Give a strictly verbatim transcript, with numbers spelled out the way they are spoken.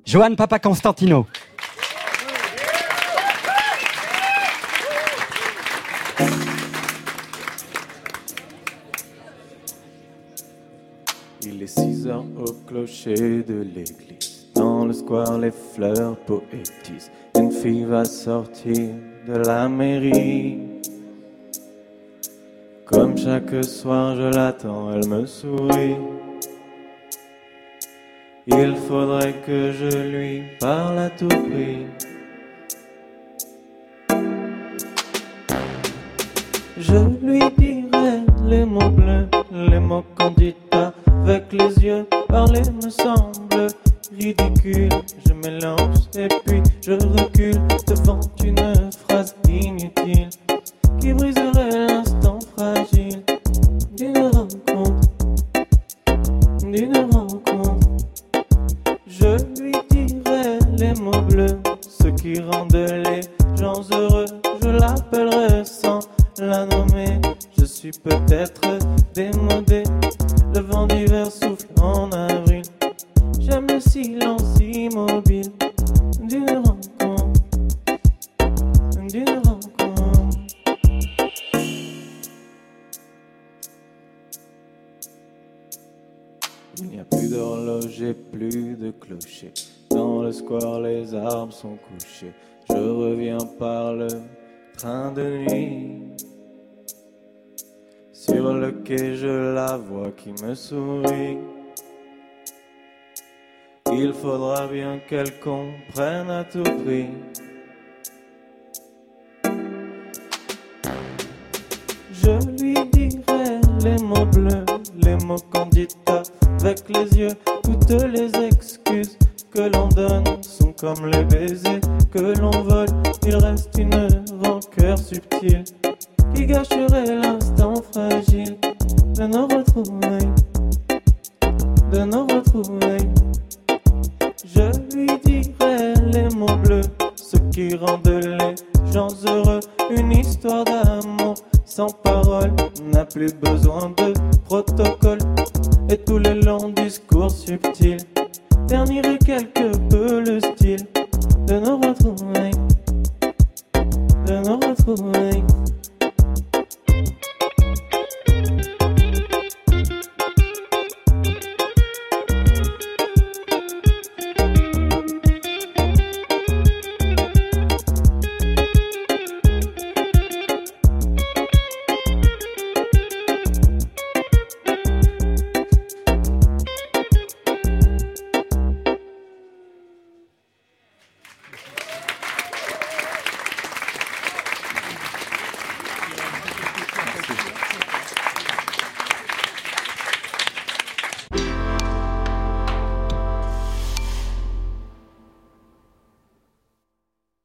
Johan Papaconstantino. Il est six heures au clocher de l'église. Dans le square, les fleurs poétisent. Une fille va sortir de la mairie. Comme chaque soir, je l'attends, elle me sourit. Il faudrait que je lui parle à tout prix. Je lui dirai les mots bleus, les mots candides avec les yeux. Parler me semble ridicule. Je mélange et puis je recule devant une phrase inutile qui briserait l'instant fragile d'une rencontre, d'une rencontre. Je lui dirai les mots bleus, ceux qui rendent les gens heureux. Je l'appellerai sans la nommer. Je suis peut-être démodé. Le vent d'hiver souffle en avril. J'aime le silence immobile d'une rencontre, d'une rencontre. Il n'y a plus d'horloge et plus de clocher. Dans le square, les arbres sont couchés. Je reviens par le train de nuit. Sur le quai, je la vois qui me sourit. Il faudra bien qu'elle comprenne à tout prix. Je lui dirai les mots bleus, les mots candides avec les yeux. Toutes les excuses que l'on donne sont comme les baisers que l'on vole. Il reste une rancœur subtile qui gâcherait l'instant fragile de nos retrouvailles, de nos retrouvailles. Je lui dirai les mots bleus, ceux qui rendent les gens heureux. Une histoire d'amour sans parole n'a plus besoin de protocole. Et tous les longs discours subtils terniraient quelque peu le style de nos retrouvailles, de nos retrouvailles.